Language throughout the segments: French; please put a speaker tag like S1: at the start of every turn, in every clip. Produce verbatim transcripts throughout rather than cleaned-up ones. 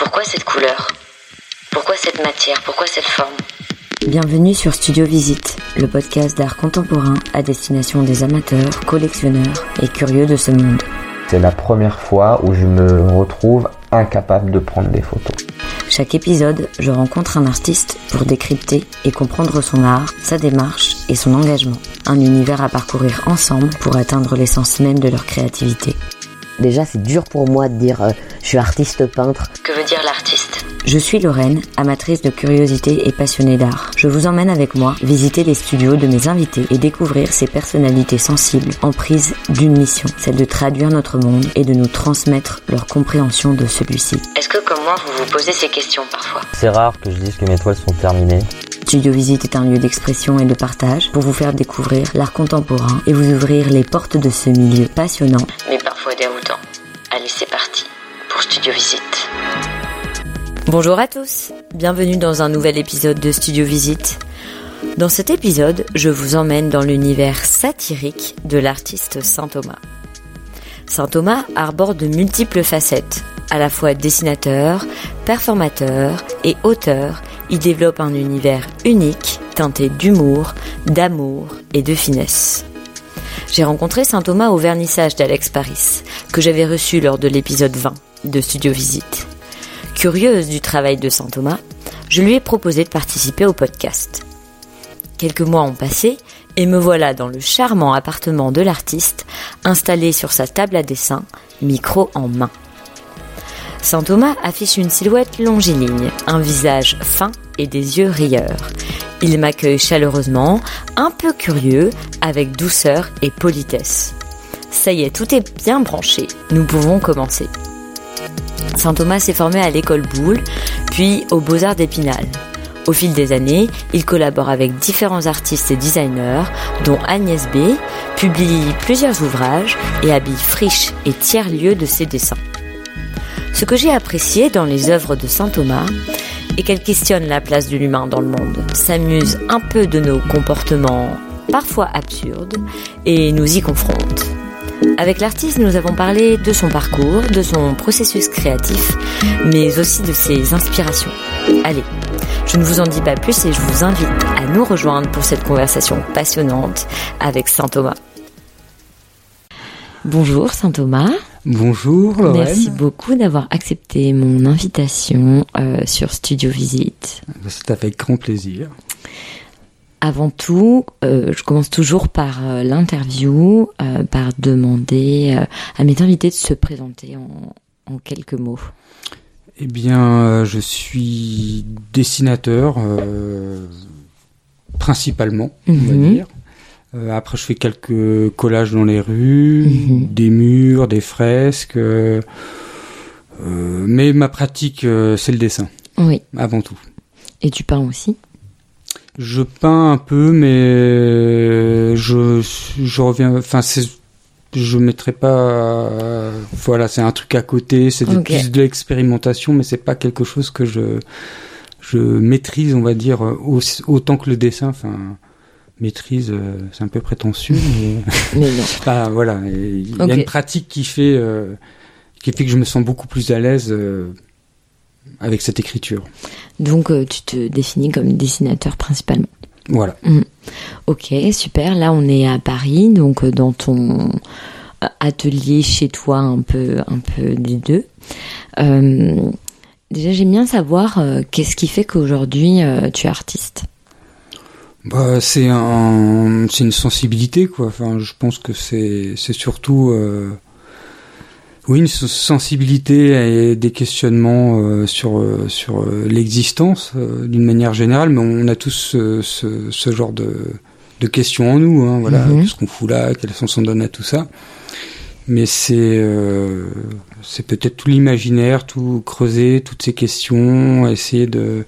S1: Pourquoi cette couleur ? Pourquoi cette matière ? Pourquoi cette forme ?
S2: Bienvenue sur Studio Visite, le podcast d'art contemporain à destination des amateurs, collectionneurs et curieux de ce monde.
S3: C'est la première fois où je me retrouve incapable de prendre des photos.
S2: Chaque épisode, je rencontre un artiste pour décrypter et comprendre son art, sa démarche et son engagement. Un univers à parcourir ensemble pour atteindre l'essence même de leur créativité.
S4: Déjà, c'est dur pour moi de dire euh, je suis artiste peintre.
S1: Que veut dire l'artiste ?
S2: Je suis Lorraine, amatrice de curiosité et passionnée d'art. Je vous emmène avec moi visiter les studios de mes invités et découvrir ces personnalités sensibles en prise d'une mission, celle de traduire notre monde et de nous transmettre leur compréhension de celui-ci.
S1: Est-ce que, comme moi, vous vous posez ces questions parfois ?
S3: C'est rare que je dise que mes toiles sont terminées.
S2: Studio Visite est un lieu d'expression et de partage pour vous faire découvrir l'art contemporain et vous ouvrir les portes de ce milieu passionnant,
S1: mais parfois déroutant. Allez, c'est parti pour Studio Visite.
S2: Bonjour à tous, bienvenue dans un nouvel épisode de Studio Visite. Dans cet épisode, je vous emmène dans l'univers satirique de l'artiste Saint Thomas. Saint Thomas arbore de multiples facettes, à la fois dessinateur, performateur et auteur. Il développe un univers unique, teinté d'humour, d'amour et de finesse. J'ai rencontré Saint Thomas au vernissage d'Alex Paris, que j'avais reçu lors de l'épisode vingt de Studio Visite. Curieuse du travail de Saint Thomas, je lui ai proposé de participer au podcast. Quelques mois ont passé et me voilà dans le charmant appartement de l'artiste, installé sur sa table à dessin, micro en main. Saint Thomas affiche une silhouette longiligne, un visage fin et des yeux rieurs. Il m'accueille chaleureusement, un peu curieux, avec douceur et politesse. Ça y est, tout est bien branché, nous pouvons commencer. Saint Thomas s'est formé à l'école Boulle, puis aux Beaux-Arts d'Épinal. Au fil des années, il collabore avec différents artistes et designers, dont Agnès B, publie plusieurs ouvrages et habille friche et tiers-lieux de ses dessins. Ce que j'ai apprécié dans les œuvres de Saint Thomas est qu'elle questionne la place de l'humain dans le monde, s'amuse un peu de nos comportements parfois absurdes et nous y confronte. Avec l'artiste, nous avons parlé de son parcours, de son processus créatif, mais aussi de ses inspirations. Allez, je ne vous en dis pas plus et je vous invite à nous rejoindre pour cette conversation passionnante avec Saint Thomas. Bonjour Saint Thomas.
S5: Bonjour Lorraine.
S2: Merci beaucoup d'avoir accepté mon invitation euh, sur Studio Visite.
S5: C'est avec grand plaisir.
S2: Avant tout, euh, je commence toujours par euh, l'interview, euh, par demander euh, à mes invités de se présenter en, en quelques mots.
S5: Eh bien, euh, je suis dessinateur, euh, principalement, on
S2: Mm-hmm.
S5: va dire. Euh, après, je fais quelques collages dans les rues,
S2: Mm-hmm.
S5: des murs, des fresques. Euh, euh, mais ma pratique, euh, c'est le dessin,
S2: Oui.
S5: avant tout.
S2: Et tu peins aussi ?
S5: Je peins un peu, mais je, je reviens. Enfin, c'est, je mettrai pas. Euh, voilà, c'est un truc à côté. C'est
S2: Okay.
S5: plus de l'expérimentation, mais c'est pas quelque chose que je, je maîtrise, on va dire, aussi, autant que le dessin. Enfin, maîtrise, euh, c'est un peu prétentieux, mais.
S2: Mais non.
S5: Enfin, voilà, il y
S2: Okay.
S5: a une pratique qui fait, euh, qui fait que je me sens beaucoup plus à l'aise. Euh, avec cette écriture.
S2: Donc euh, tu te définis comme dessinateur principalement.
S5: Voilà.
S2: Mmh. Ok, super. Là on est à Paris, donc euh, dans ton atelier chez toi, un peu, un peu des deux. Euh, déjà j'aime bien savoir euh, qu'est-ce qui fait qu'aujourd'hui euh, tu es artiste.
S5: Bah, c'est un, c'est une sensibilité, quoi. Enfin, je pense que c'est, c'est surtout, euh, oui, une sensibilité et des questionnements euh, sur euh, sur euh, l'existence euh, d'une manière générale, mais on a tous euh, ce, ce genre de de questions en nous, hein, voilà,
S2: Mm-hmm.
S5: qu'est-ce qu'on fout là, quel sens on donne à tout ça. Mais c'est euh, c'est peut-être tout l'imaginaire, tout creuser, toutes ces questions, essayer de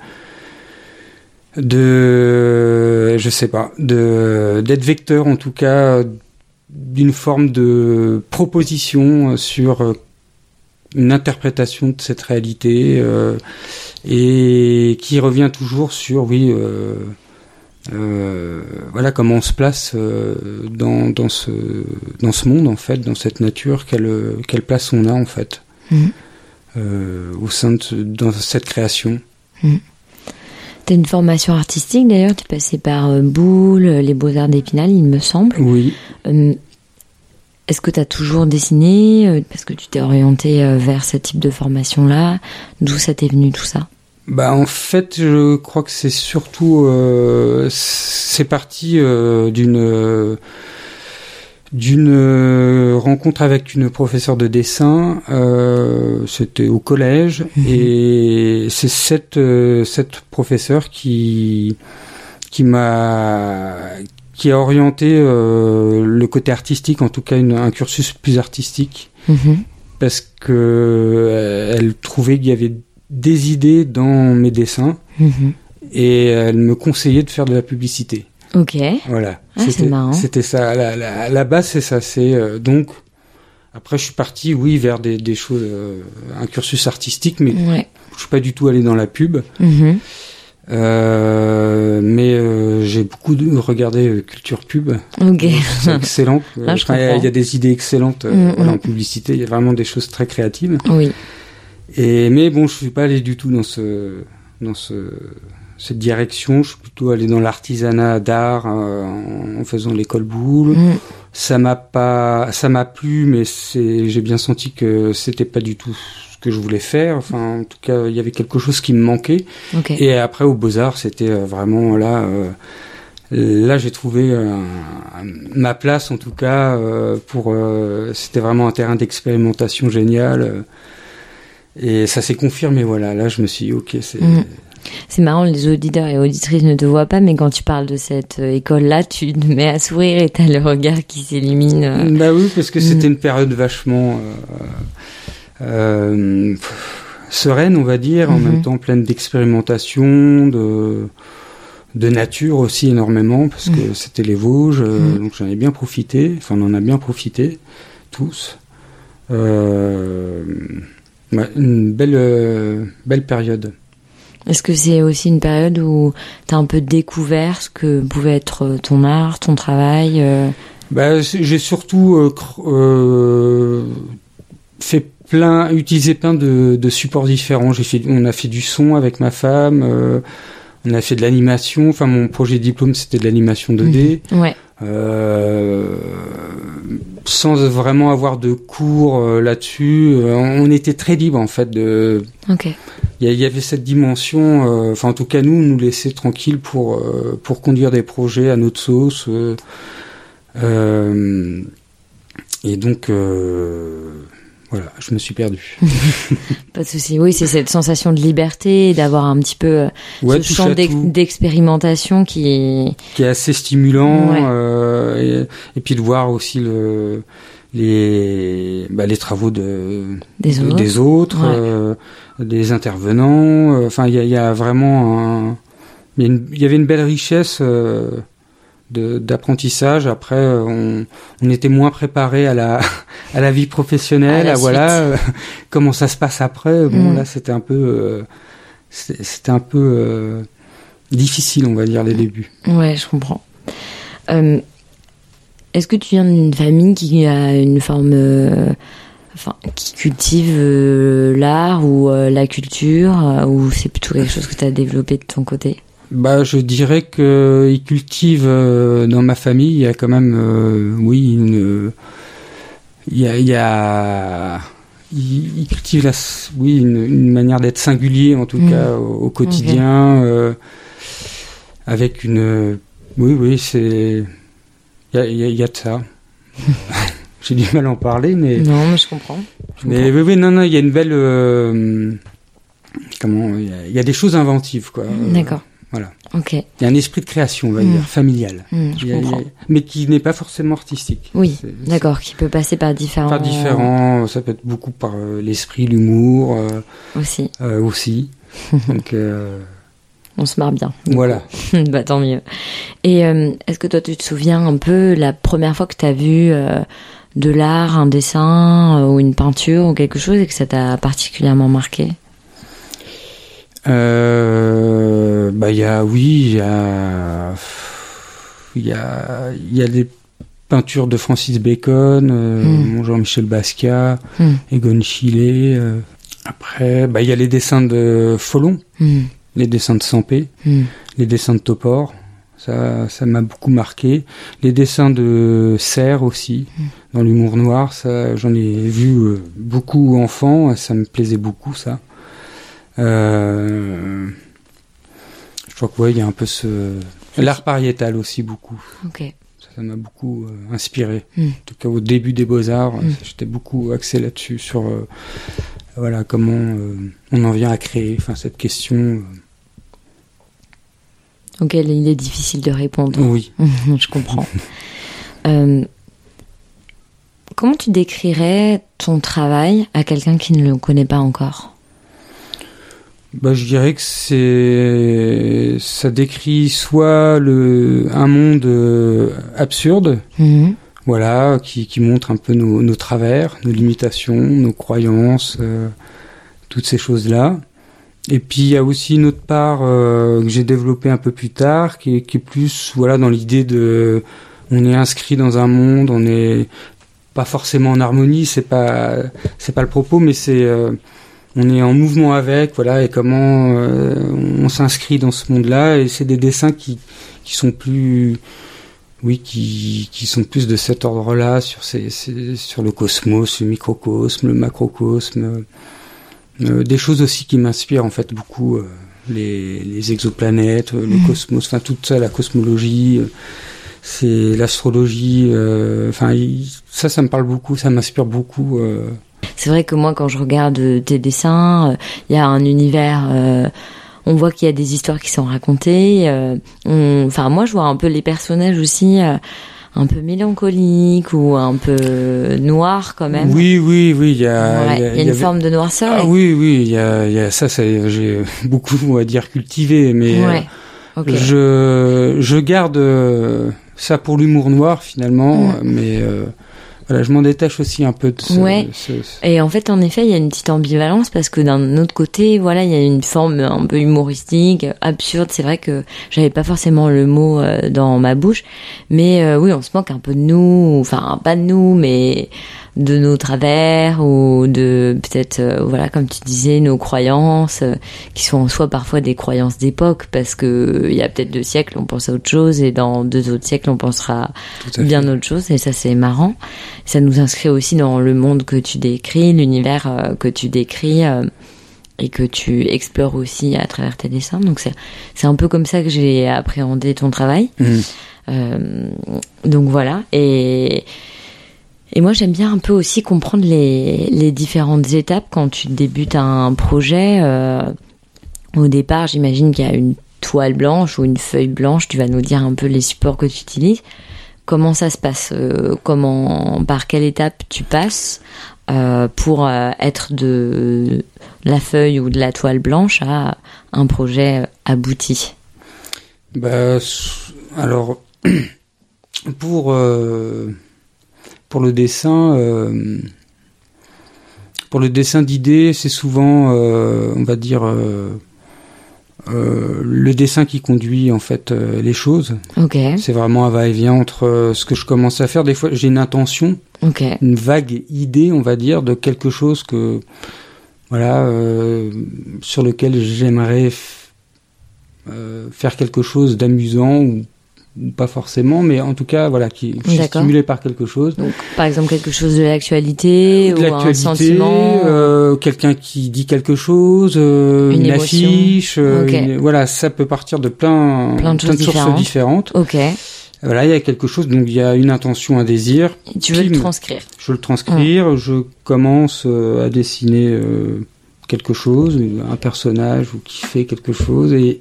S5: de je sais pas, de d'être vecteur en tout cas d'une forme de proposition sur une interprétation de cette réalité euh, et qui revient toujours sur oui euh, euh, voilà comment on se place euh, dans dans ce dans ce monde en fait, dans cette nature, quelle quelle place on a en fait.
S2: Mmh.
S5: euh, au sein de ce, dans cette création.
S2: Mmh. T'as une formation artistique d'ailleurs, tu es passé par euh, Boulle, les Beaux-Arts d'Épinal, il me semble.
S5: Oui.
S2: Euh, est-ce que tu as toujours dessiné euh, parce que tu t'es orienté euh, vers ce type de formation-là? D'où ça t'est venu tout ça?
S5: Bah en fait, je crois que c'est surtout euh, c'est parti euh, d'une euh, d'une euh, rencontre avec une professeure de dessin. Euh, c'était au collège mmh. et c'est cette euh, cette professeure qui qui m'a qui a orienté euh, le côté artistique, en tout cas une, un cursus plus artistique, mmh. parce que euh, elle trouvait qu'il y avait des idées dans mes dessins mmh. et elle me conseillait de faire de la publicité.
S2: Ok.
S5: Voilà.
S2: Ah,
S5: c'était,
S2: c'est marrant.
S5: C'était ça. La, la, la base, c'est ça. C'est euh, donc après, je suis parti, oui, vers des, des choses, euh, un cursus artistique, mais
S2: ouais.
S5: je suis pas du tout allé dans la pub.
S2: Mmh.
S5: Euh, mais euh, j'ai beaucoup de, regardé euh, Culture Pub.
S2: Ok.
S5: C'est excellent.
S2: Ah,
S5: enfin, il y, y a des idées excellentes euh, mmh. voilà, en publicité. Il y a vraiment des choses très créatives.
S2: Oui.
S5: Et mais bon, je suis pas allé du tout dans ce dans ce cette direction. Je suis plutôt allé dans l'artisanat d'art euh, en, en faisant l'école Boulle. Mmh. Ça m'a pas, ça m'a plu, mais c'est, j'ai bien senti que c'était pas du tout ce que je voulais faire. Enfin, en tout cas, il y avait quelque chose qui me manquait.
S2: Okay.
S5: Et après, au Beaux-Arts, c'était vraiment là. Euh, Là, j'ai trouvé euh, ma place, en tout cas, euh, pour. Euh, c'était vraiment un terrain d'expérimentation génial. Euh, et ça s'est confirmé. Voilà, là, je me suis dit, ok, c'est.
S2: Mmh. C'est marrant, les auditeurs et auditrices ne te voient pas, mais quand tu parles de cette euh, école-là, tu te mets à sourire et t'as le regard qui s'illumine. Euh...
S5: Bah oui, parce que c'était mmh. une période vachement euh, euh, sereine, on va dire, mmh. en même temps pleine d'expérimentation, de. de nature aussi énormément, parce que mmh. c'était les Vosges, euh, mmh. donc j'en ai bien profité, enfin on en a bien profité, tous. Euh, ouais, une belle, euh, belle période.
S2: Est-ce que c'est aussi une période où tu as un peu découvert ce que pouvait être ton art, ton travail euh...
S5: bah, j'ai surtout euh, euh, fait plein, utilisé plein de, de supports différents. J'ai fait, on a fait du son avec ma femme, euh, on a fait de l'animation. Enfin, mon projet de diplôme, c'était de l'animation deux D.
S2: Mmh. Ouais.
S5: Euh, sans vraiment avoir de cours euh, là-dessus. Euh, on était très libre, en fait. De...
S2: Ok.
S5: Il y, y avait cette dimension, enfin, euh, en tout cas, nous, nous laisser tranquilles pour, euh, pour conduire des projets à notre sauce. Euh, euh, et donc... Euh, Voilà, je me suis perdu.
S2: Pas de souci. Oui, c'est cette sensation de liberté, d'avoir un petit peu
S5: ouais,
S2: ce champ d'ex- d'expérimentation qui
S5: qui est assez stimulant,
S2: ouais.
S5: euh, et, et puis de voir aussi le les bah, les travaux de
S2: des autres,
S5: des, autres
S2: ouais.
S5: euh, des intervenants. Enfin, il y a, y a vraiment un, il y, y avait une belle richesse. Euh, De, d'apprentissage. Après, on, on était moins préparé à la à la vie professionnelle, à, à voilà euh, comment ça se passe après. Bon, mmh. là, c'était un peu euh, c'était, c'était un peu euh, difficile, on va dire, les débuts.
S2: Ouais, je comprends. Euh, est-ce que tu viens d'une famille qui a une forme, euh, enfin, qui cultive euh, l'art ou euh, la culture, euh, ou c'est plutôt quelque chose que tu as développé de ton côté?
S5: Bah, je dirais que ils cultivent euh, dans ma famille. Il y a quand même, euh, oui, une, il y a, il y a, ils, ils cultivent la, oui, une, une manière d'être singulier en tout mmh. cas au, au quotidien, okay. euh, avec une, oui, oui, c'est, il y a, il y a, il y a de ça. J'ai du mal à en parler, mais
S2: non, mais je comprends. Je
S5: mais
S2: comprends.
S5: oui, oui, non, non, il y a une belle, euh, comment, il y a, il y a des choses inventives, quoi.
S2: D'accord.
S5: Voilà.
S2: Ok.
S5: Il y a un esprit de création, on va mmh. dire, familial.
S2: Mmh, je
S5: il y a,
S2: comprends.
S5: Il y a, mais qui n'est pas forcément artistique.
S2: Oui,
S5: c'est,
S2: d'accord,
S5: c'est,
S2: qui peut passer par différents...
S5: Par différents, ça peut être beaucoup par euh, l'esprit, l'humour. Euh,
S2: aussi.
S5: Euh, aussi. Donc, euh,
S2: on se marre bien.
S5: Voilà.
S2: Bah, tant mieux. Et euh, est-ce que toi, tu te souviens un peu la première fois que tu as vu euh, de l'art, un dessin euh, ou une peinture ou quelque chose et que ça t'a particulièrement marqué ?
S5: Euh, bah, il y a, oui, il y a, il y a, il y a des peintures de Francis Bacon, euh, mm. Jean-Michel Basquiat, mm. Egon Schiele, euh, Après, bah il y a les dessins de Follon, mmh. les dessins de Sampé, mmh. les dessins de Topor. Ça, ça m'a beaucoup marqué. Les dessins de Serre aussi, mmh. dans l'humour noir, ça, j'en ai vu euh, beaucoup enfant, ça me plaisait beaucoup, ça. Euh, je crois que, ouais, il y a un peu ce... L'art pariétal aussi, beaucoup.
S2: Ok.
S5: Ça, ça m'a beaucoup euh, inspiré.
S2: Mmh.
S5: En tout cas, au début des Beaux-Arts, mmh. j'étais beaucoup axé là-dessus, sur, euh, voilà, comment euh, on en vient à créer, enfin, cette question... Euh,
S2: auquel il est difficile de répondre.
S5: Oui.
S2: Je comprends. euh, comment tu décrirais ton travail à quelqu'un qui ne le connaît pas encore ?
S5: Bah, je dirais que c'est, ça décrit soit le, un monde euh, absurde, mmh. voilà, qui, qui montre un peu nos, nos travers, nos limitations, nos croyances, euh, toutes ces choses-là. Et puis il y a aussi une autre part euh, que j'ai développée un peu plus tard, qui est, qui est plus voilà dans l'idée de, on est inscrit dans un monde, on est pas forcément en harmonie, c'est pas c'est pas le propos, mais c'est euh, on est en mouvement avec, voilà, et comment euh, on s'inscrit dans ce monde-là, et c'est des dessins qui qui sont plus oui qui qui sont plus de cet ordre-là sur ces, ces sur le cosmos, le microcosme, le macrocosme. Euh, des choses aussi qui m'inspirent en fait beaucoup, euh, les, les exoplanètes, euh, le mmh. cosmos, enfin toute ça, la cosmologie, euh, c'est l'astrologie, enfin euh, ça, ça me parle beaucoup, ça m'inspire beaucoup. Euh.
S2: C'est vrai que moi, quand je regarde tes dessins, il euh, y a un univers. Euh, on voit qu'il y a des histoires qui sont racontées. Enfin, euh, moi, je vois un peu les personnages aussi. Euh, un peu mélancolique ou un peu noir quand même.
S5: Oui, oui, oui, il y a,
S2: ouais,
S5: il y a,
S2: il y a une
S5: avait...
S2: forme de noirceur.
S5: Ah oui, oui, il y a, il y a ça, ça j'ai beaucoup, on va dire, cultivé, mais
S2: ouais. okay.
S5: je, je garde ça pour l'humour noir finalement, mmh. mais euh, voilà, je m'en détache aussi un peu de ce,
S2: ouais.
S5: ce, ce...
S2: Et en fait, en effet, il y a une petite ambivalence parce que d'un autre côté, voilà, il y a une forme un peu humoristique, absurde. C'est vrai que j'avais pas forcément le mot euh, dans ma bouche, mais euh, oui, on se moque un peu de nous, enfin pas de nous, mais de nos travers ou de peut-être, euh, voilà, comme tu disais, nos croyances euh, qui sont en soi parfois des croyances d'époque parce que il y a peut-être deux siècles on pense à autre chose et dans deux autres siècles on pensera bien autre chose et ça c'est marrant. Ça nous inscrit aussi dans le monde que tu décris, l'univers euh, que tu décris euh, et que tu explores aussi à travers tes dessins. Donc c'est c'est un peu comme ça que j'ai appréhendé ton travail. Mmh. Euh, donc voilà et Et moi, j'aime bien un peu aussi comprendre les, les différentes étapes quand tu débutes un projet. Euh, au départ, j'imagine qu'il y a une toile blanche ou une feuille blanche. Tu vas nous dire un peu les supports que tu utilises. Comment ça se passe euh, comment, par quelle étape tu passes euh, pour euh, être de la feuille ou de la toile blanche à un projet abouti?
S5: Bah, alors, pour... Euh... Pour le dessin, euh, pour le dessin d'idées, c'est souvent, euh, on va dire, euh, euh, le dessin qui conduit en fait euh, les choses.
S2: Okay.
S5: C'est vraiment un va-et-vient entre euh, ce que je commence à faire. Des fois, j'ai une intention,
S2: okay.
S5: une vague idée, on va dire, de quelque chose que, voilà, euh, sur lequel j'aimerais f- euh, faire quelque chose d'amusant ou pas forcément, mais en tout cas, voilà, qui je suis stimulé par quelque chose.
S2: Donc, par exemple, quelque chose de l'actualité,
S5: de
S2: ou
S5: l'actualité,
S2: un sentiment,
S5: euh, quelqu'un qui dit quelque chose, euh, une, une affiche, euh,
S2: okay.
S5: une, voilà, ça peut partir de plein,
S2: plein de,
S5: plein de sources différentes. différentes.
S2: Ok.
S5: Voilà, il y a quelque chose, donc il y a une intention, un désir.
S2: Et tu veux le transcrire.
S5: Je veux le transcrire, mmh. je commence euh, à dessiner euh, quelque chose, un personnage ou qui fait quelque chose et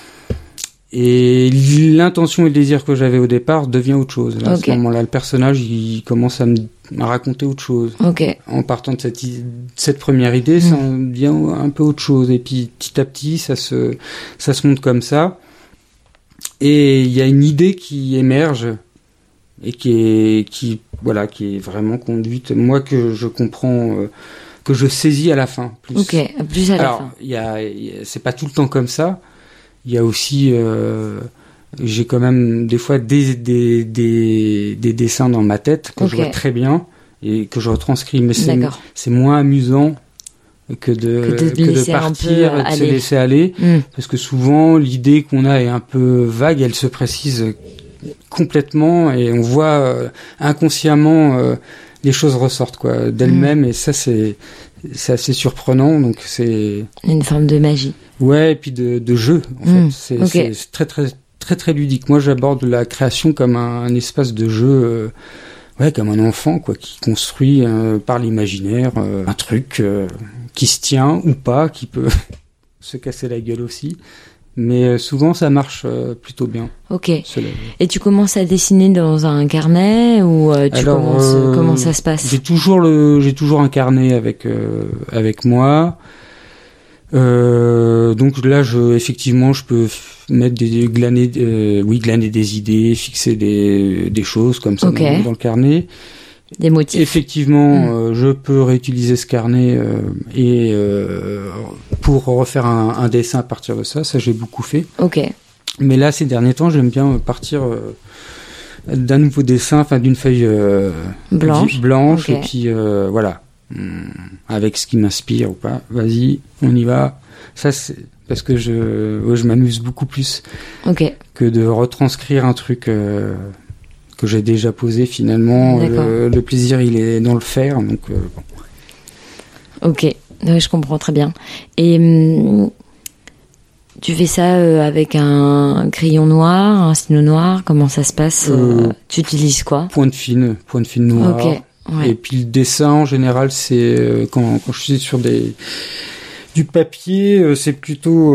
S5: Et l'intention et le désir que j'avais au départ devient autre chose. Là, okay. À ce moment-là, le personnage, il commence à me à raconter autre chose.
S2: Okay.
S5: En partant de cette, cette première idée, mmh. ça en devient un peu autre chose. Et puis, petit à petit, ça se, ça se monte comme ça. Et il y a une idée qui émerge et qui est, qui, voilà, qui est vraiment conduite. Moi, que je comprends, euh, que je saisis à la fin. Plus.
S2: Ok, plus à la
S5: Alors,
S2: fin.
S5: il y a, y a, c'est pas tout le temps comme ça. Il y a aussi, euh, j'ai quand même des fois des, des, des, des dessins dans ma tête que okay. je vois très bien et que je retranscris. Mais c'est, c'est moins amusant que de
S2: que de,
S5: que de partir, de se laisser aller, mmh. parce que souvent l'idée qu'on a est un peu vague, elle se précise complètement et on voit euh, inconsciemment euh, les choses ressortent quoi d'elles-mêmes mmh. et ça c'est c'est assez surprenant, donc c'est
S2: une forme de magie.
S5: Ouais, et puis de, de jeu en mmh. fait, c'est, okay. c'est très très très très ludique. Moi, j'aborde la création comme un, un espace de jeu, euh, ouais, comme un enfant quoi, qui construit euh, par l'imaginaire euh, un truc euh, qui se tient ou pas, qui peut se casser la gueule aussi. Mais euh, souvent, ça marche euh, plutôt bien.
S2: Ok. Cela. Et tu commences à dessiner dans un carnet ou euh, tu Alors, commences euh, comment ça se passe?
S5: J'ai toujours le, j'ai toujours un carnet avec euh, avec moi. Euh, donc là, je effectivement, je peux f- mettre des glaner, euh, oui, glaner des idées, fixer des des choses comme ça okay. dans, dans le carnet.
S2: Des motifs.
S5: Effectivement, mmh. euh, je peux réutiliser ce carnet euh, et euh, pour refaire un, un dessin à partir de ça. Ça, j'ai beaucoup fait.
S2: Ok.
S5: Mais là, ces derniers temps, j'aime bien partir euh, d'un nouveau dessin, enfin d'une feuille euh,
S2: blanche,
S5: blanche,
S2: okay.
S5: et puis euh, voilà, avec ce qui m'inspire ou pas. Vas-y, on y va. Ça, c'est parce que je, ouais, je m'amuse beaucoup plus
S2: okay.
S5: que de retranscrire un truc. Euh, que j'ai déjà posé finalement. Le, le plaisir, il est dans le faire. Donc, euh, bon.
S2: Ok, ouais, je comprends très bien. Et hum, tu fais ça euh, avec un crayon noir, un stylo noir, comment ça se passe euh, euh, Tu utilises quoi?
S5: Pointe fine, pointe fine noire.
S2: Okay, ouais.
S5: Et puis le dessin, en général, c'est euh, quand, quand je suis sur des... du papier, euh, c'est plutôt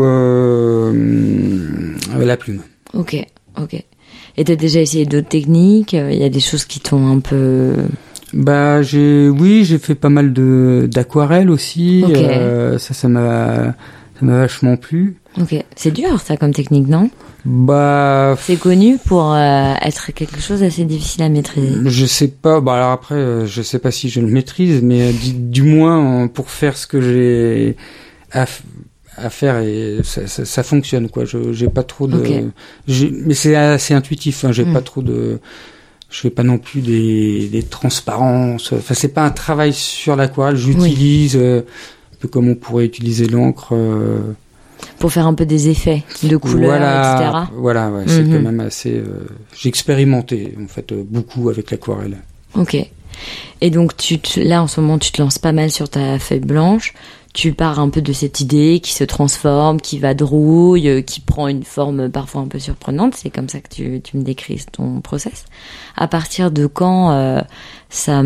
S5: euh, la plume.
S2: Ok, ok. Et t'as déjà essayé d'autres techniques? Il y a des choses qui t'ont un peu...
S5: Bah, j'ai, oui, j'ai fait pas mal de, d'aquarelle aussi.
S2: Okay.
S5: Euh, ça, ça m'a, ça m'a vachement plu.
S2: Ok. C'est dur, ça, comme technique, non?
S5: Bah.
S2: C'est connu pour euh, être quelque chose d'assez difficile à maîtriser.
S5: Je sais pas. Bah, alors après, euh, je sais pas si je le maîtrise, mais du, du moins, pour faire ce que j'ai à à faire et ça, ça, ça fonctionne quoi. Je j'ai pas trop de
S2: okay.
S5: j'ai, mais c'est assez intuitif hein. J'ai mmh. pas trop de je fais pas non plus des des transparences. Enfin c'est pas un travail sur l'aquarelle, j'utilise oui. euh, un peu comme on pourrait utiliser l'encre euh...
S2: pour faire un peu des effets de couleurs
S5: voilà,
S2: et cetera.
S5: Voilà ouais, mmh. c'est quand même assez euh... j'ai expérimenté en fait euh, beaucoup avec l'aquarelle.
S2: OK. Et donc tu te... là en ce moment tu te lances pas mal sur ta feuille blanche. Tu pars un peu de cette idée qui se transforme, qui vadrouille, qui prend une forme parfois un peu surprenante. C'est comme ça que tu, tu me décris ton process. À partir de quand euh, ça,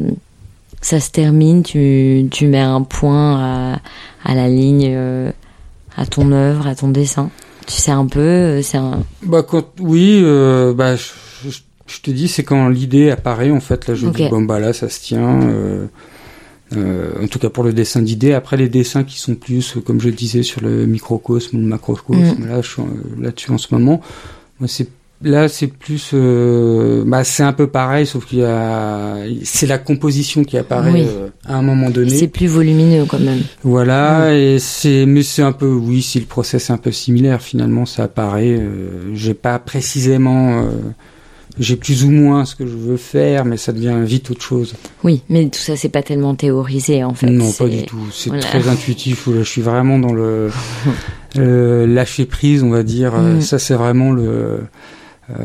S2: ça se termine, tu, tu mets un point à, à la ligne, euh, à ton œuvre, à ton dessin. Tu sais un peu, c'est un...
S5: Bah quand, oui, euh, bah je, je, je te dis, c'est quand l'idée apparaît en fait. Là, je okay. dis bon bah là ça se tient. Euh, Euh, en tout cas pour le dessin d'idées. Après les dessins qui sont plus, comme je le disais, sur le microcosme ou le macrocosme, mmh. là je suis là-dessus en ce moment. Moi c'est là c'est plus, euh, bah c'est un peu pareil, sauf qu'il y a, c'est la composition qui apparaît oui. euh, à un moment donné.
S2: C'est plus volumineux quand même.
S5: Voilà mmh. et c'est, mais c'est un peu, oui, si le process est un peu similaire finalement, ça apparaît. Euh, j'ai pas précisément. Euh, J'ai plus ou moins ce que je veux faire, mais ça devient vite autre chose.
S2: Oui, mais tout ça, c'est pas tellement théorisé, en fait.
S5: Non,
S2: c'est...
S5: pas du tout. C'est voilà. très intuitif. Je suis vraiment dans le euh, lâcher prise, on va dire. Mm. Ça, c'est vraiment le, euh,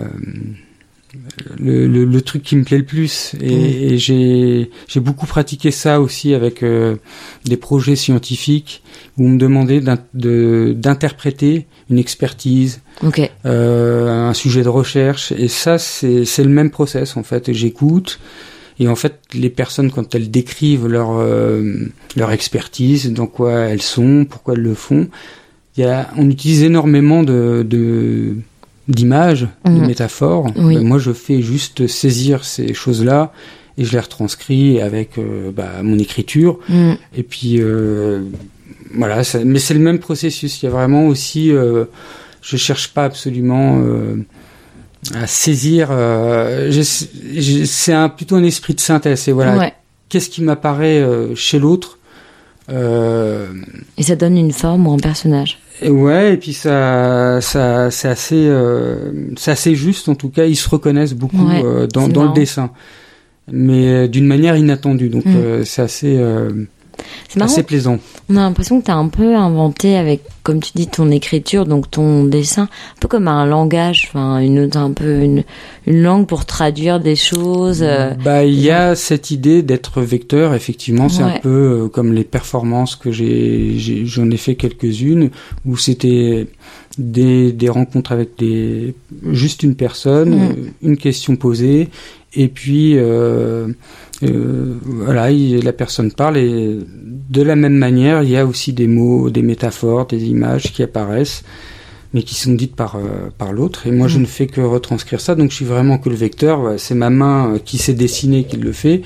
S5: le, le le truc qui me plaît le plus. Et, mm. et j'ai j'ai beaucoup pratiqué ça aussi avec euh, des projets scientifiques où on me demandait d'in- de, d'interpréter une expertise,
S2: okay.
S5: euh, un sujet de recherche, et ça c'est c'est le même process en fait. J'écoute et en fait les personnes quand elles décrivent leur euh, leur expertise, dans quoi elles sont, pourquoi elles le font, il y a on utilise énormément de de d'images, mmh. de métaphores.
S2: Oui.
S5: Ben, moi je fais juste saisir ces choses-là et je les retranscris avec euh, bah, mon écriture mmh. et puis euh, voilà, ça, mais c'est le même processus. Il y a vraiment aussi, euh, je cherche pas absolument euh, à saisir. Euh, j'ai, j'ai, c'est un, plutôt un esprit de synthèse. Et voilà,
S2: ouais.
S5: qu'est-ce qui m'apparaît euh, chez l'autre euh,
S2: et ça donne une forme ou un personnage.
S5: Et ouais, et puis ça, ça, c'est assez, euh, c'est assez juste en tout cas. Ils se reconnaissent beaucoup
S2: ouais,
S5: euh, dans, dans le dessin, mais d'une manière inattendue. Donc mmh. euh, c'est assez. Euh,
S2: C'est marrant.
S5: assez plaisant.
S2: On a l'impression que tu as un peu inventé avec, comme tu dis, ton écriture, donc ton dessin, un peu comme un langage, enfin une un peu une une langue pour traduire des choses. Euh,
S5: bah il y a cette idée d'être vecteur, effectivement, c'est
S2: ouais.
S5: un peu euh, comme les performances que j'ai, j'ai j'en ai fait quelques-unes où c'était des des rencontres avec des juste une personne, mmh. une question posée et puis euh, Euh, voilà, il, la personne parle et de la même manière, il y a aussi des mots, des métaphores, des images qui apparaissent, mais qui sont dites par euh, par l'autre. Et moi, mmh. je ne fais que retranscrire ça, donc je suis vraiment que le vecteur. C'est ma main qui s'est dessinée qui le fait.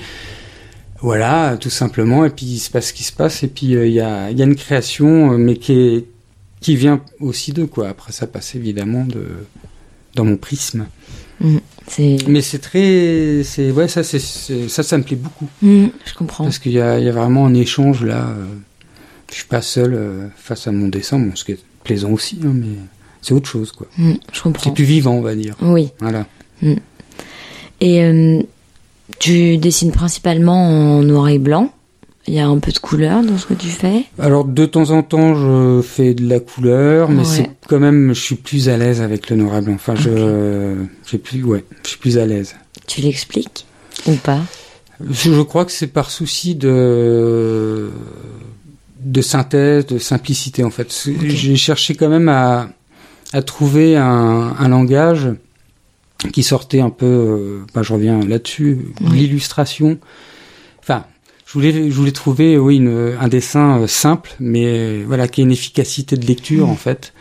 S5: Voilà, tout simplement. Et puis il se passe ce qui se passe. Et puis euh, il y a il y a une création, mais qui est qui vient aussi d'eux, quoi. Après, ça passe évidemment de dans mon prisme.
S2: Mmh. C'est...
S5: Mais c'est très, c'est ouais, ça, c'est, c'est ça, ça me plaît beaucoup.
S2: Mmh, je comprends.
S5: Parce qu'il y a, il y a vraiment un échange là. Euh, je suis pas seul euh, face à mon dessin, bon, ce qui est plaisant aussi, hein, mais c'est autre chose, quoi.
S2: Mmh, je comprends.
S5: C'est plus vivant, on va dire.
S2: Oui.
S5: Voilà.
S2: Mmh. Et euh, tu dessines principalement en noir et blanc. Il y a un peu de couleur dans ce que tu fais.
S5: Alors de temps en temps, je fais de la couleur, mais ouais. c'est quand même, je suis plus à l'aise avec le noir et blanc. Enfin, okay. je, j'ai plus, ouais, je suis plus à l'aise.
S2: Tu l'expliques ou pas?
S5: je, je crois que c'est par souci de de synthèse, de simplicité en fait. Okay. J'ai cherché quand même à à trouver un, un langage qui sortait un peu. Euh, bah, je reviens là-dessus. Oui. L'illustration. Enfin. Je voulais, je voulais trouver, oui, une, un dessin simple, mais voilà, qui ait une efficacité de lecture, mmh. en fait.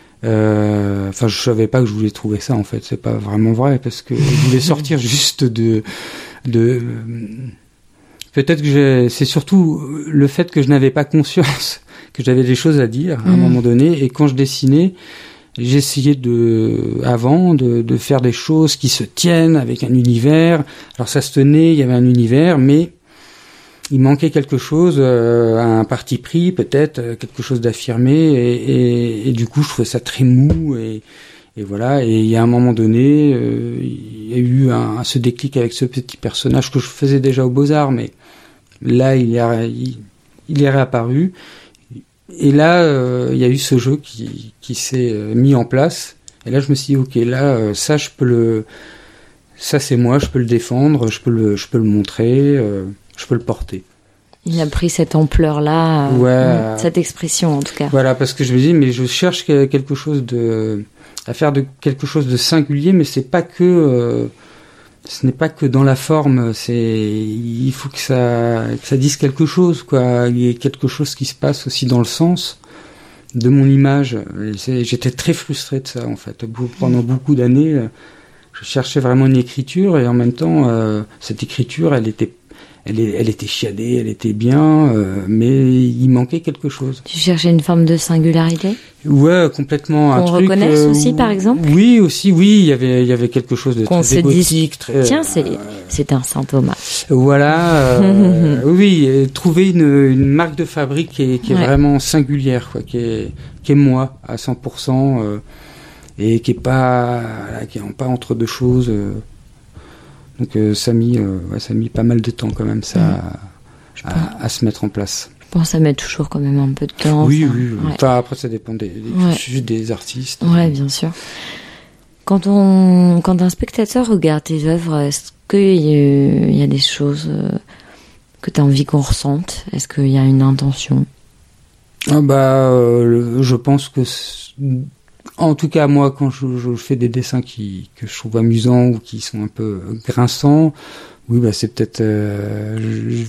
S5: Euh, enfin, je savais pas que je voulais trouver ça, en fait. C'est pas vraiment vrai, parce que je voulais sortir juste de, de. Peut-être que j'ai, c'est surtout le fait que je n'avais pas conscience que j'avais des choses à dire à un mmh. moment donné, et quand je dessinais, j'essayais de, avant, de, de faire des choses qui se tiennent avec un univers. Alors ça se tenait, il y avait un univers, mais il manquait quelque chose, euh, un parti pris peut-être, euh, quelque chose d'affirmé, et, et, et du coup je trouvais ça très mou, et, et voilà. Et il y a un moment donné, euh, il y a eu un, ce déclic avec ce petit personnage que je faisais déjà aux Beaux-Arts, mais là il, y a, il, il est réapparu. Et là, euh, il y a eu ce jeu qui, qui s'est mis en place. Et là je me suis dit, ok, là euh, ça je peux le, ça c'est moi, je peux le défendre, je peux le, je peux le montrer. Euh, je peux le porter.
S2: Il a pris cette ampleur-là,
S5: ouais.
S2: euh, cette expression en tout cas.
S5: Voilà, parce que je me dis, mais je cherche quelque chose de, à faire de quelque chose de singulier, mais c'est pas que, euh, ce n'est pas que dans la forme. C'est, il faut que ça, que ça dise quelque chose, quoi. Il y ait quelque chose qui se passe aussi dans le sens de mon image. Et c'est, j'étais très frustré de ça en fait. Pendant beaucoup d'années, je cherchais vraiment une écriture, et en même temps, euh, cette écriture, elle était Elle, est, elle était chiadée, elle était bien, euh, mais il manquait quelque chose.
S2: Tu cherchais une forme de singularité ?
S5: Ouais, complètement.
S2: Qu'on
S5: un truc,
S2: reconnaisse
S5: euh,
S2: aussi, par exemple ?
S5: Oui, aussi, oui. Il y avait, il y avait quelque chose de
S2: qu'on
S5: très égotique. Très,
S2: Tiens, c'est, euh, c'est un Saint Thomas.
S5: Voilà. Euh, oui, trouver une, une marque de fabrique qui est, qui est ouais. vraiment singulière, quoi, qui est, qui est moi à cent pour cent, euh, et qui est pas, qui est pas entre deux choses. Euh, Donc euh, ça a mis, euh, ouais, ça a mis pas mal de temps quand même ça mmh. à, à, à se mettre en place.
S2: Je pense que ça met toujours quand même un peu de temps.
S5: Oui,
S2: ça.
S5: oui. oui.
S2: Ouais.
S5: Enfin après ça dépend des, des, ouais. des artistes.
S2: Ouais, bien sûr. Quand on, quand un spectateur regarde tes œuvres, est-ce qu'il y a, il y a des choses que tu as envie qu'on ressente ? Est-ce qu'il y a une intention ?
S5: Ah bah, euh, je pense que en tout cas, moi, quand je, je fais des dessins qui, que je trouve amusants ou qui sont un peu grinçants, oui, bah, c'est peut-être, euh, je,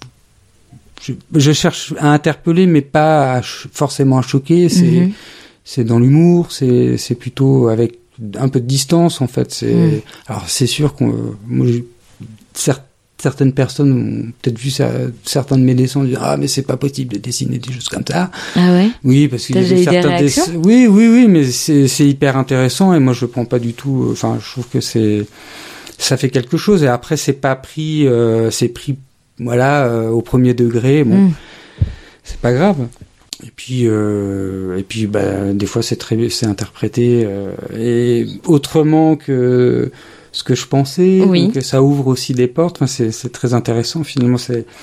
S5: je, je cherche à interpeller, mais pas à, forcément à choquer. C'est, mm-hmm. c'est dans l'humour, c'est, c'est plutôt avec un peu de distance, en fait. C'est, mm. alors, c'est sûr qu'on, moi, j'ai, certes, certaines personnes ont peut-être vu ça, certains de mes dessins dire ah mais c'est pas possible de dessiner des choses comme ça.
S2: Ah ouais.
S5: Oui parce qu'il y a certains dessins. Oui oui oui mais c'est c'est hyper intéressant et moi je prends pas du tout. Enfin je trouve que c'est ça fait quelque chose et après c'est pas pris euh, c'est pris voilà euh, au premier degré bon mm. c'est pas grave. Et puis euh, et puis bah des fois c'est très c'est interprété euh, et autrement que ce que je pensais,
S2: oui.
S5: donc ça ouvre aussi des portes. Enfin, c'est, c'est très intéressant. Finalement, c'est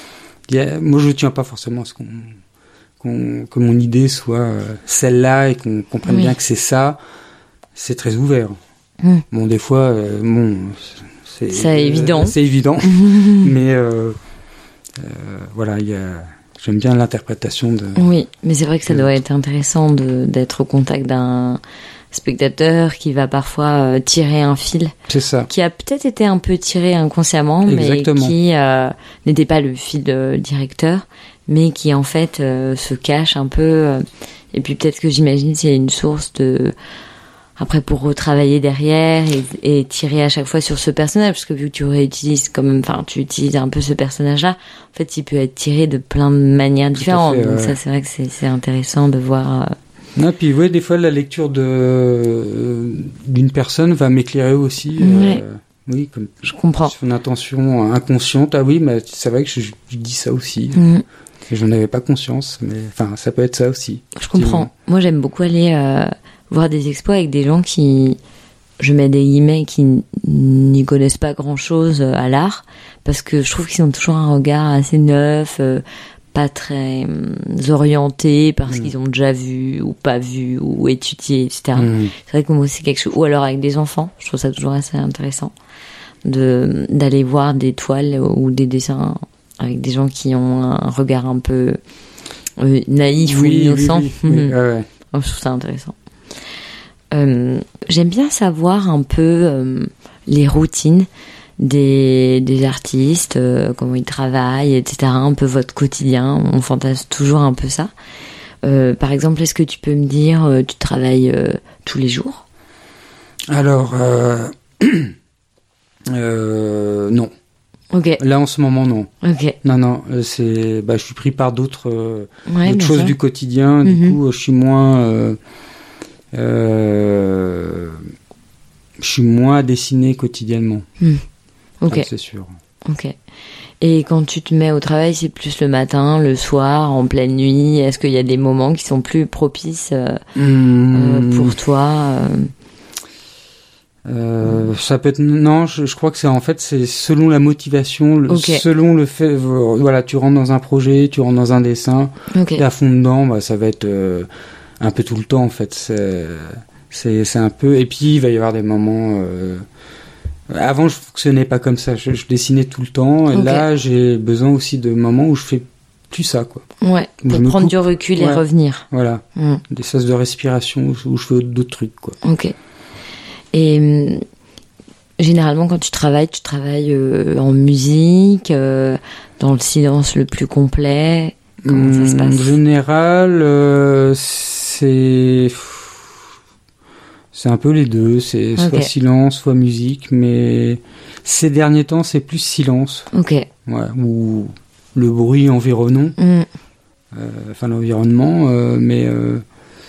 S5: y a, moi, je tiens pas forcément à ce qu'on, qu'on que mon idée soit euh, celle-là et qu'on comprenne
S2: Oui.
S5: bien que c'est ça. C'est très ouvert.
S2: Mm.
S5: Bon, des fois, euh, bon, c'est,
S2: C'est
S5: euh,
S2: évident.
S5: C'est évident, mais euh, euh, voilà, il y a. J'aime bien l'interprétation de.
S2: Oui, mais c'est vrai que ça
S5: de
S2: doit
S5: l'autre.
S2: être intéressant de, d'être au contact d'un spectateur qui va parfois euh, tirer un fil
S5: C'est ça.
S2: qui a peut-être été un peu tiré inconsciemment,
S5: Exactement.
S2: mais qui euh, n'était pas le fil euh, directeur, mais qui en fait euh, se cache un peu. euh, et puis peut-être que j'imagine c'est une source de... Après, pour retravailler derrière et, et tirer à chaque fois sur ce personnage, parce que vu que tu réutilises quand même, enfin, tu utilises un peu ce personnage-là, en fait, il peut être tiré de plein de manières différentes.
S5: fait,
S2: Donc
S5: ouais.
S2: ça, c'est vrai que c'est, c'est intéressant de voir. Euh...
S5: Non, puis ouais, des fois la lecture de euh, d'une personne va m'éclairer aussi.
S2: Ouais.
S5: Euh, oui, comme
S2: Je comprends.
S5: sur une intention inconsciente. Ah oui, mais c'est vrai que je, je dis ça aussi.
S2: Mmh.
S5: Et j'en avais pas conscience, mais enfin, ça peut être ça aussi.
S2: Je comprends. Moi, j'aime beaucoup aller euh, voir des expos avec des gens qui, je mets des guillemets, qui n- n'y connaissent pas grand-chose à l'art, parce que je trouve qu'ils ont toujours un regard assez neuf, euh, pas très hum, orienté, parce
S5: Mm.
S2: qu'ils ont déjà vu ou pas vu ou étudié, et cetera.
S5: Mmh.
S2: C'est vrai que moi, c'est quelque chose. Ou alors avec des enfants, je trouve ça toujours assez intéressant de d'aller voir des toiles ou des dessins avec des gens qui ont un regard un peu euh, naïf ou innocent.
S5: Oui, oui, oui.
S2: Mhm.
S5: Ouais, ouais.
S2: Oh, je trouve ça intéressant. Euh, j'aime bien savoir un peu euh, les routines des, des artistes, euh, comment ils travaillent, et cetera. Un peu votre quotidien. On fantasme toujours un peu ça. Euh, par exemple, est-ce que tu peux me dire, euh, tu travailles euh, tous les jours ?
S5: Alors, euh... euh, non.
S2: Ok,
S5: Là, en ce moment, non.
S2: ok.
S5: Non, non. euh, C'est, bah, je suis pris par d'autres. Euh...
S2: Ouais,
S5: d'autres
S2: bien
S5: choses
S2: sûr.
S5: du quotidien. Du
S2: Mhm.
S5: coup, je suis moins, euh, euh, je suis moins à dessiner quotidiennement.
S2: Ok,
S5: Ça, c'est sûr.
S2: ok. Et quand tu te mets au travail, c'est plus le matin, le soir, en pleine nuit. Est-ce qu'il y a des moments qui sont plus propices euh, euh, pour toi euh,
S5: Euh, ça peut être non, je, je crois que c'est en fait c'est selon la motivation, le,
S2: Ok.
S5: selon le fait. euh, Voilà, tu rentres dans un projet, tu rentres dans un dessin,
S2: Ok.
S5: t'es à fond dedans, bah, ça va être euh, un peu tout le temps en fait. C'est c'est c'est un peu. Et puis il va y avoir des moments. Euh, avant, je fonctionnais pas comme ça. Je, je dessinais tout le temps. Et
S2: Ok.
S5: là, j'ai besoin aussi de moments où je fais plus ça, quoi.
S2: Ouais,
S5: Je
S2: pour
S5: me
S2: prendre
S5: coupe.
S2: du recul et
S5: Ouais.
S2: revenir.
S5: Voilà,
S2: Mm.
S5: des sas de respiration où, où je fais d'autres trucs, quoi.
S2: Ok. Et hum, généralement, quand tu travailles, tu travailles euh, en musique, euh, dans le silence le plus complet. Comment ça se
S5: Hum,
S2: passe ?
S5: En général, euh, c'est c'est un peu les deux. C'est soit
S2: Ok.
S5: silence, soit musique. Mais ces derniers temps, c'est plus silence.
S2: Ok.
S5: Ouais, ou le bruit environnant,
S2: Mm.
S5: euh, enfin l'environnement. euh, mais euh,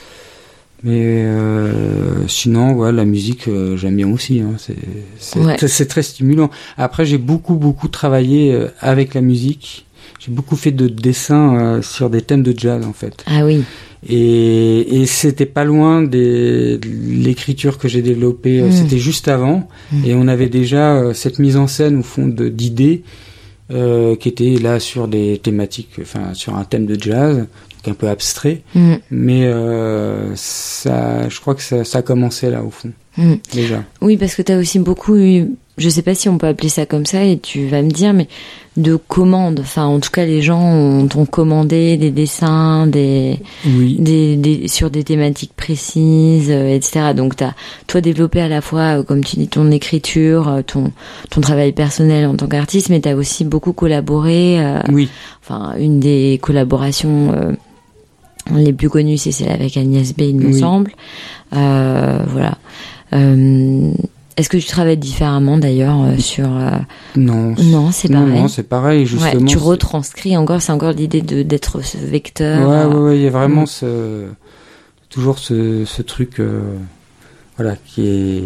S5: mais euh, sinon, ouais, la musique, euh, j'aime bien aussi. Hein, c'est c'est
S2: Ouais.
S5: très- c'est très stimulant. Après, j'ai beaucoup beaucoup travaillé euh, avec la musique. J'ai beaucoup fait de dessins euh, sur des thèmes de jazz en fait.
S2: Ah oui.
S5: Et, et c'était pas loin des, de l'écriture que j'ai développée. euh,
S2: Mm.
S5: C'était juste avant.
S2: Mm.
S5: Et on avait déjà euh, cette mise en scène au fond de, d'idées euh, qui était là sur des thématiques, enfin sur un thème de jazz, donc un peu abstrait.
S2: Mm.
S5: Mais euh, ça, je crois que ça, ça a commencé là au fond
S2: Mm.
S5: déjà.
S2: Oui, parce que tu as aussi beaucoup eu, je sais pas si on peut appeler ça comme ça, et tu vas me dire, mais de commandes. Enfin, en tout cas, les gens ont, t'ont commandé des dessins, des,
S5: Oui.
S2: des, des, sur des thématiques précises, euh, et cetera. Donc, tu as, toi, développé à la fois, euh, comme tu dis, ton écriture, euh, ton, ton travail personnel en tant qu'artiste, mais tu as aussi beaucoup collaboré. Euh,
S5: Oui.
S2: Enfin, une des collaborations euh, les plus connues, c'est celle avec Agnès B, il me
S5: Oui.
S2: semble. Euh, voilà. Euh, est-ce que tu travailles différemment d'ailleurs euh, sur euh...
S5: Non.
S2: Non, c'est
S5: non,
S2: pareil.
S5: non, c'est pareil justement.
S2: Ouais, tu
S5: c'est-
S2: retranscris encore, c'est encore l'idée de d'être ce vecteur.
S5: Ouais,
S2: euh,
S5: ouais, ouais, il y a vraiment
S2: Mm.
S5: ce, toujours ce, ce truc, euh, voilà, qui est,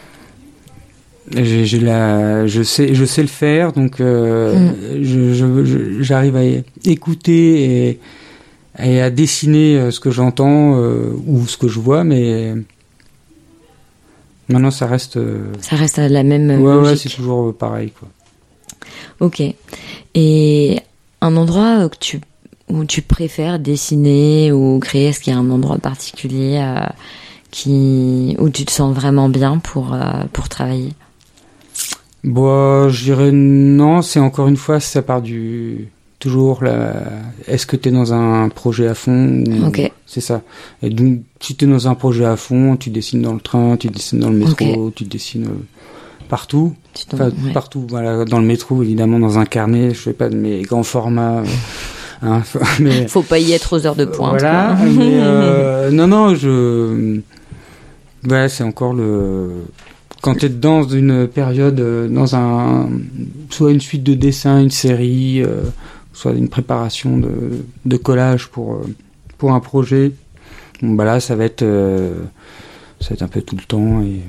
S5: j'ai, j'ai la, je sais, je sais le faire, donc euh,
S2: Mm.
S5: je, je- je- j'arrive à écouter et, et à dessiner euh, ce que j'entends euh, ou ce que je vois, mais maintenant ça reste, euh,
S2: Ça reste à la même
S5: ouais, ouais,
S2: logique.
S5: c'est toujours pareil, quoi.
S2: Ok. Et Un endroit que tu, où tu préfères dessiner ou créer, est-ce qu'il y a un endroit particulier euh, qui, où tu te sens vraiment bien pour, euh, pour travailler?
S5: Bon, je dirais non, c'est encore une fois, ça part du... Toujours là, est-ce que tu es dans un projet à fond ou...
S2: Ok.
S5: C'est ça. Et donc, si tu es dans un projet à fond, tu dessines dans le train, tu dessines dans le métro,
S2: Okay.
S5: tu dessines euh, partout.
S2: Tu
S5: Enfin,
S2: ouais.
S5: partout, voilà, dans le métro, évidemment, dans un carnet, je fais pas de mes grands formats. euh, hein, mais,
S2: Faut pas y être aux heures de pointe.
S5: voilà,
S2: quoi.
S5: mais euh, non, non, je... Ouais, c'est encore le... Quand tu es dans une période, euh, dans un... Soit une suite de dessins, une série... Euh, soit une préparation de, de collage pour, pour un projet. Bon, bah là, ça va être, euh, ça va être un peu tout le temps et,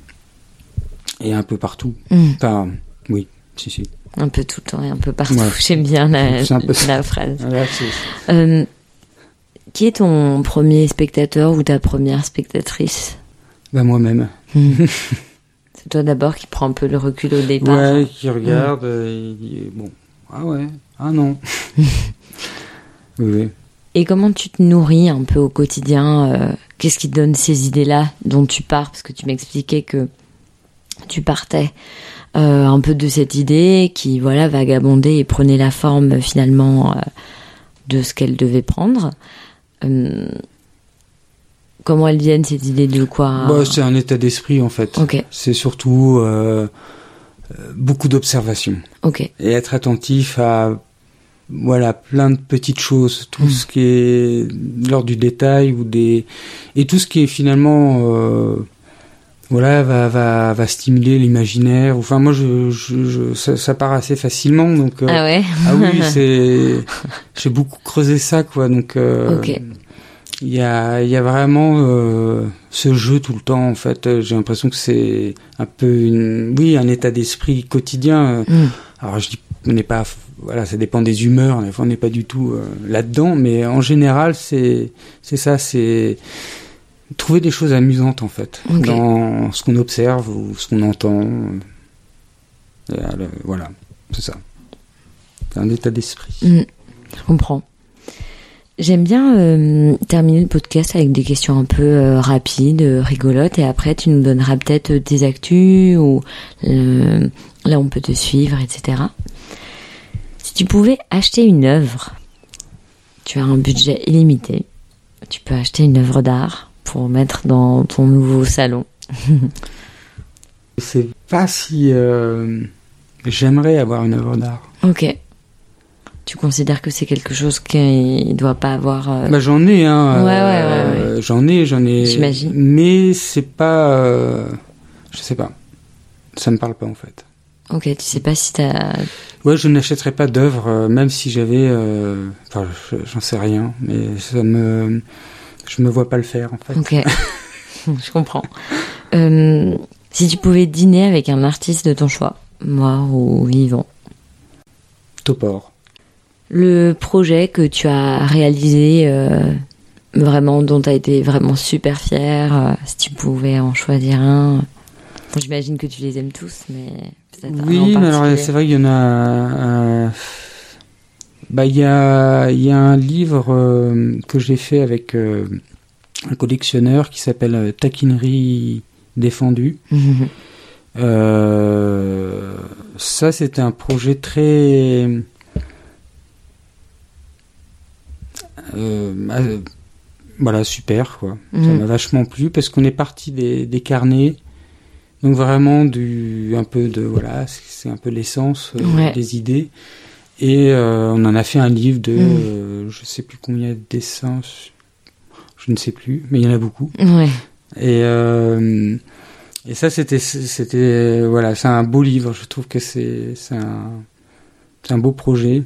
S5: et un peu partout.
S2: Mm.
S5: Enfin, oui, si, si.
S2: Un peu tout le temps et un peu partout.
S5: Ouais.
S2: J'aime bien la,
S5: C'est un peu
S2: la phrase.
S5: Voilà, c'est...
S2: Euh, qui est ton premier spectateur ou ta première spectatrice?
S5: Bah, moi-même.
S2: Mm. C'est toi d'abord qui prends un peu le recul au départ.
S5: Ouais, qui regarde, mm. et il dit, bon, ah ouais, ah non. oui, oui.
S2: Et comment tu te nourris un peu au quotidien euh, Qu'est-ce qui te donne ces idées-là dont tu pars? Parce que tu m'expliquais que tu partais euh, un peu de cette idée qui, voilà, vagabondait et prenait la forme finalement euh, de ce qu'elle devait prendre. Euh, comment elles viennent, ces idées de quoi?
S5: Bah, c'est un état d'esprit en fait.
S2: Ok.
S5: C'est surtout euh, beaucoup d'observation.
S2: Ok.
S5: Et être attentif à voilà plein de petites choses, tout
S2: mmh.
S5: ce qui est l'ordre du détail ou des et tout ce qui est finalement euh, voilà va va va stimuler l'imaginaire. Enfin moi je, je, je ça, ça part assez facilement donc euh,
S2: ah ouais
S5: ah oui c'est j'ai beaucoup creusé ça quoi donc euh,
S2: ok.
S5: il y a il y a vraiment euh, ce jeu tout le temps en fait. J'ai l'impression que c'est un peu une oui un état d'esprit quotidien.
S2: mmh.
S5: Alors je dis on n'est pas voilà ça dépend des humeurs, des fois on n'est pas du tout euh, là-dedans, mais en général c'est c'est ça, c'est trouver des choses amusantes en fait
S2: okay.
S5: dans ce qu'on observe ou ce qu'on entend. Et, euh, voilà, c'est ça. C'est un état d'esprit.
S2: Mmh, je comprends. J'aime bien euh, terminer le podcast avec des questions un peu euh, rapides, euh, rigolotes, et après tu nous donneras peut-être des actus ou euh, là on peut te suivre, et cetera. Si tu pouvais acheter une œuvre, tu as un budget illimité, tu peux acheter une œuvre d'art pour mettre dans ton nouveau salon.
S5: Je sais pas si euh, j'aimerais avoir une œuvre d'art.
S2: Ok. Tu considères que c'est quelque chose qui doit pas avoir... Euh...
S5: Bah j'en ai, hein.
S2: Ouais,
S5: euh,
S2: ouais, ouais, ouais.
S5: J'en ai, j'en ai.
S2: J'imagine.
S5: Mais c'est pas... Euh, je sais pas. Ça me parle pas, en fait.
S2: Ok, tu sais pas si t'as...
S5: Ouais, je n'achèterais pas d'œuvre, euh, même si j'avais... Euh, enfin, j'en sais rien, mais ça me... Je me vois pas le faire, en fait.
S2: Ok, je comprends. Euh, si tu pouvais dîner avec un artiste de ton choix, mort ou vivant?
S5: Topor.
S2: Le projet que tu as réalisé, euh, vraiment, dont tu as été vraiment super fier, euh, si tu pouvais en choisir un. Bon, j'imagine que tu les aimes tous, mais peut-être un en
S5: Oui, mais alors
S2: particulier.
S5: c'est vrai qu'il y en a... Euh, bah, il y a, il y a un livre euh, que j'ai fait avec euh, un collectionneur qui s'appelle euh, Taquinerie défendue.
S2: Mhm.
S5: Euh, ça, c'était un projet très... Euh, euh, voilà, super, quoi.
S2: Mhm.
S5: Ça m'a vachement plu parce qu'on est parti des, des carnets. Donc vraiment du un peu de voilà, c'est, c'est un peu l'essence euh,
S2: Ouais.
S5: des idées et euh, on en a fait un livre de
S2: Mm.
S5: euh, je sais plus combien de dessins, je ne sais plus, mais il y en a beaucoup.
S2: Ouais.
S5: Et euh, et ça c'était c'était voilà, c'est un beau livre, je trouve que c'est c'est un c'est un beau projet.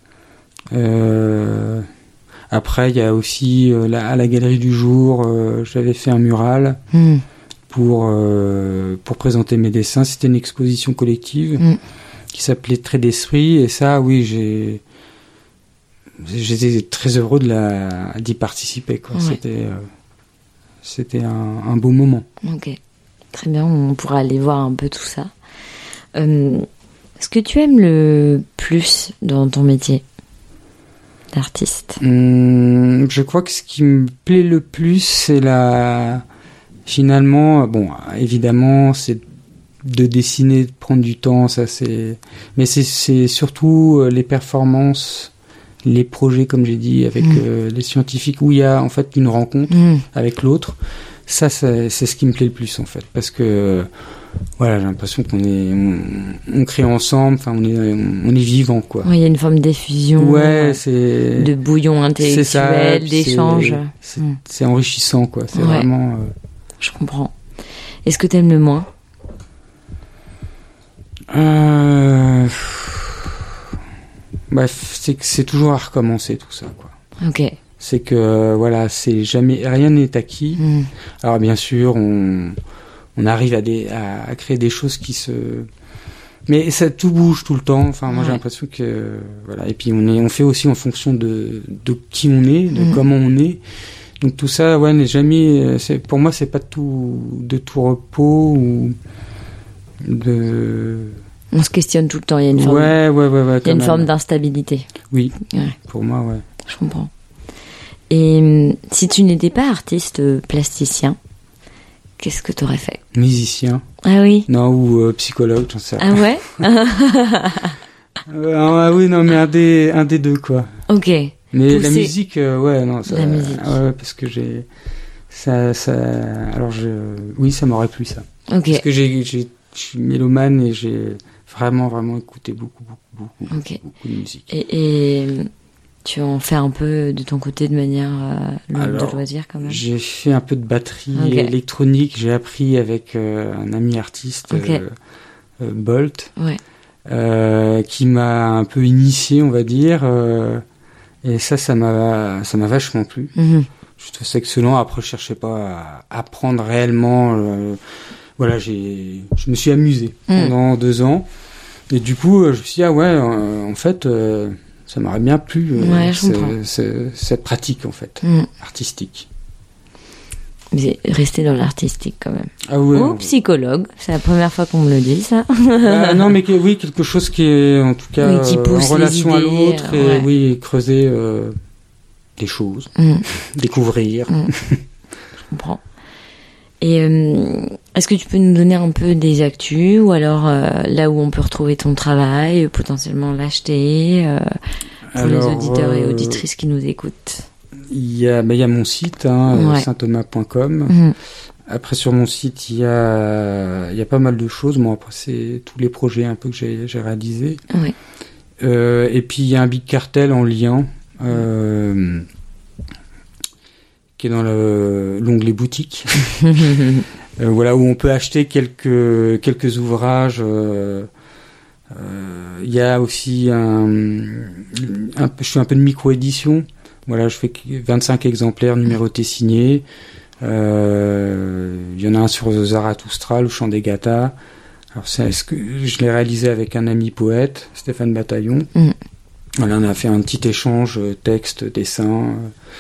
S5: Euh, après il y a aussi euh, la, à la Galerie du Jour, euh, j'avais fait un mural.
S2: Mhm.
S5: pour euh, pour présenter mes dessins. C'était une exposition collective
S2: Mm.
S5: qui s'appelait Trait d'esprit, et ça oui j'ai j'étais très heureux de la d'y participer quoi.
S2: Ouais.
S5: C'était euh, c'était un, un beau moment.
S2: Ok, très bien, on pourra aller voir un peu tout ça. Euh, ce que tu aimes le plus dans ton métier? d'artiste?
S5: Hum, je crois que ce qui me plaît le plus, c'est la... Finalement, bon, évidemment, c'est de dessiner, de prendre du temps, ça c'est... Mais c'est, c'est surtout les performances, les projets, comme j'ai dit, avec mmh. euh, les scientifiques, où il y a en fait une rencontre mmh. avec l'autre. Ça, c'est, c'est ce qui me plaît le plus, en fait. Parce que, voilà, j'ai l'impression qu'on est... On, on crée ensemble, enfin, on est, on, on est vivant, quoi.
S2: Oui, il y a une forme d'effusion.
S5: Ouais, c'est...
S2: De bouillon intellectuel,
S5: c'est ça,
S2: d'échange.
S5: C'est, c'est, mmh. c'est enrichissant, quoi. C'est
S2: ouais.
S5: vraiment... Euh...
S2: Je comprends. Est-ce que t'aimes le moins?
S5: Euh... Bref, c'est que c'est toujours à recommencer tout ça, quoi.
S2: Ok.
S5: C'est que voilà, c'est jamais rien n'est acquis. Mm. Alors bien sûr, on on arrive à des à, à créer des choses qui se, mais ça tout bouge tout le temps. Enfin, moi ouais. j'ai l'impression que voilà. Et puis on est on fait aussi en fonction de de qui on est, de mm. comment on est. Donc tout ça, ouais, n'est jamais. C'est, pour moi, c'est pas tout de tout repos ou de.
S2: On se questionne tout le temps. Il y a une forme.
S5: Ouais, ouais, ouais, ouais.
S2: Il y a une
S5: même.
S2: forme d'instabilité.
S5: Oui.
S2: Ouais.
S5: Pour moi, ouais.
S2: Je comprends. Et si tu n'étais pas artiste plasticien, qu'est-ce que tu aurais fait?
S5: Musicien.
S2: Ah oui.
S5: Non, ou euh, psychologue, j'en sais
S2: rien. Ah ouais.
S5: euh, Ah oui, non, mais un des un des deux, quoi.
S2: Ok.
S5: Mais
S2: Pousser.
S5: La musique, euh, ouais, non, ça,
S2: la musique.
S5: Ouais, parce que j'ai, ça, ça, alors je, oui, ça m'aurait plu ça.
S2: Ok.
S5: Parce que j'ai, j'ai, je suis mélomane et j'ai vraiment, vraiment écouté beaucoup, beaucoup, beaucoup,
S2: okay.
S5: beaucoup de musique.
S2: Et, et tu en fais un peu de ton côté de manière euh, alors, de loisir quand même? J'ai
S5: fait un peu de batterie
S2: okay.
S5: électronique. J'ai appris avec euh, un ami artiste, okay. euh, euh, Bolt,
S2: ouais.
S5: euh, qui m'a un peu initié, on va dire. Euh, Et ça, ça m'a, ça m'a vachement plu. Mmh. Je trouve ça excellent. Après, je cherchais pas à apprendre réellement. Euh, voilà, j'ai, je me suis amusé mmh. pendant deux ans. Et du coup, je me suis dit, ah ouais, euh, en fait, euh, ça m'aurait bien plu, euh,
S2: ouais,
S5: c'est, c'est, cette pratique, en fait, mmh. artistique.
S2: Mais rester dans l'artistique, quand même.
S5: Ah ouais.
S2: Ou psychologue. C'est la première fois qu'on me le dit, ça.
S5: Bah, non, mais que, oui, quelque chose qui est, en tout cas,
S2: oui, qui pousse
S5: en relation
S2: les idées,
S5: à l'autre. Et
S2: ouais.
S5: oui, creuser euh, des choses. Mm. Découvrir.
S2: Mm. Je comprends. Et euh, est-ce que tu peux nous donner un peu des actus, ou alors euh, là où on peut retrouver ton travail, potentiellement l'acheter, euh, pour alors, les auditeurs euh... et auditrices qui nous écoutent?
S5: Il y a, ben, il y a mon site, hein, ouais. saint thomas point com. Mmh. Après, sur mon site, il y a, il y a pas mal de choses. Bon, après, c'est tous les projets un peu que j'ai, j'ai réalisés.
S2: Ouais.
S5: Euh, et puis, il y a un Big Cartel en lien, euh, qui est dans le, l'onglet boutique. euh, voilà, où on peut acheter quelques, quelques ouvrages. Euh, euh, il y a aussi un, un, je fais un peu de micro-édition. Voilà, je fais vingt-cinq exemplaires numérotés signés. Euh, il y en a un sur Zarathustra, le chant des Gathas. Alors, c'est, est-ce que je l'ai réalisé avec un ami poète, Stéphane Bataillon. Mm. Voilà, on a fait un petit échange texte, dessin.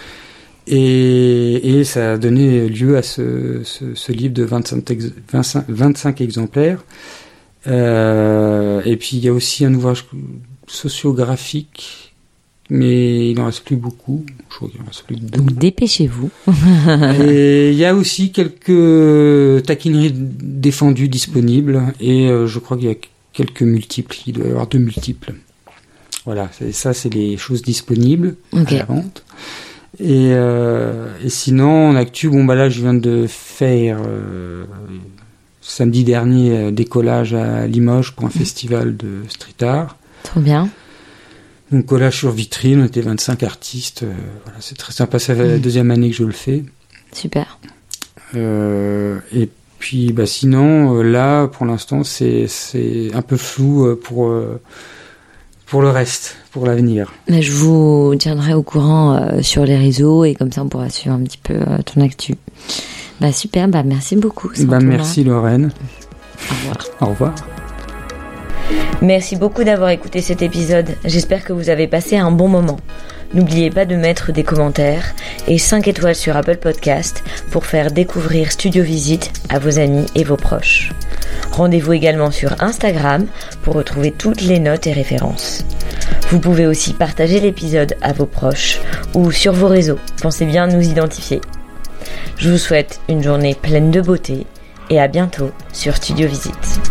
S5: Et, et ça a donné lieu à ce, ce, ce livre de vingt-cinq, vingt-cinq, vingt-cinq exemplaires. Euh, et puis, il y a aussi un ouvrage sociographique, mais il n'en reste plus beaucoup. Je crois qu'il en reste plus que deux.
S2: Donc dépêchez-vous.
S5: Et il y a aussi quelques taquineries défendues disponibles, et euh, je crois qu'il y a quelques multiples. Il doit y avoir deux multiples. Voilà, c'est, ça c'est les choses disponibles okay. à la vente. Et, euh, et sinon, en actu, bon bah là je viens de faire euh, samedi dernier des collages à Limoges pour un mmh. festival de street art.
S2: Trop bien.
S5: Donc collage sur vitrine, on était vingt-cinq artistes, euh, voilà, c'est très sympa, c'est la deuxième année que je le fais.
S2: Super.
S5: Euh, et puis bah sinon, euh, là, pour l'instant, c'est, c'est un peu flou euh, pour, euh, pour le reste, pour l'avenir.
S2: Mais je vous tiendrai au courant euh, sur les réseaux, et comme ça on pourra suivre un petit peu euh, ton actu. Bah super, bah merci beaucoup.
S5: Bah merci Lorraine.
S2: Au revoir.
S5: Au revoir.
S2: Merci beaucoup d'avoir écouté cet épisode, j'espère que vous avez passé un bon moment. N'oubliez pas de mettre des commentaires et cinq étoiles sur Apple Podcast pour faire découvrir Studio Visite à vos amis et vos proches. Rendez-vous également sur Instagram pour retrouver toutes les notes et références. Vous pouvez aussi partager l'épisode à vos proches ou sur vos réseaux. Pensez bien à nous identifier. Je vous souhaite une journée pleine de beauté et à bientôt sur Studio Visite.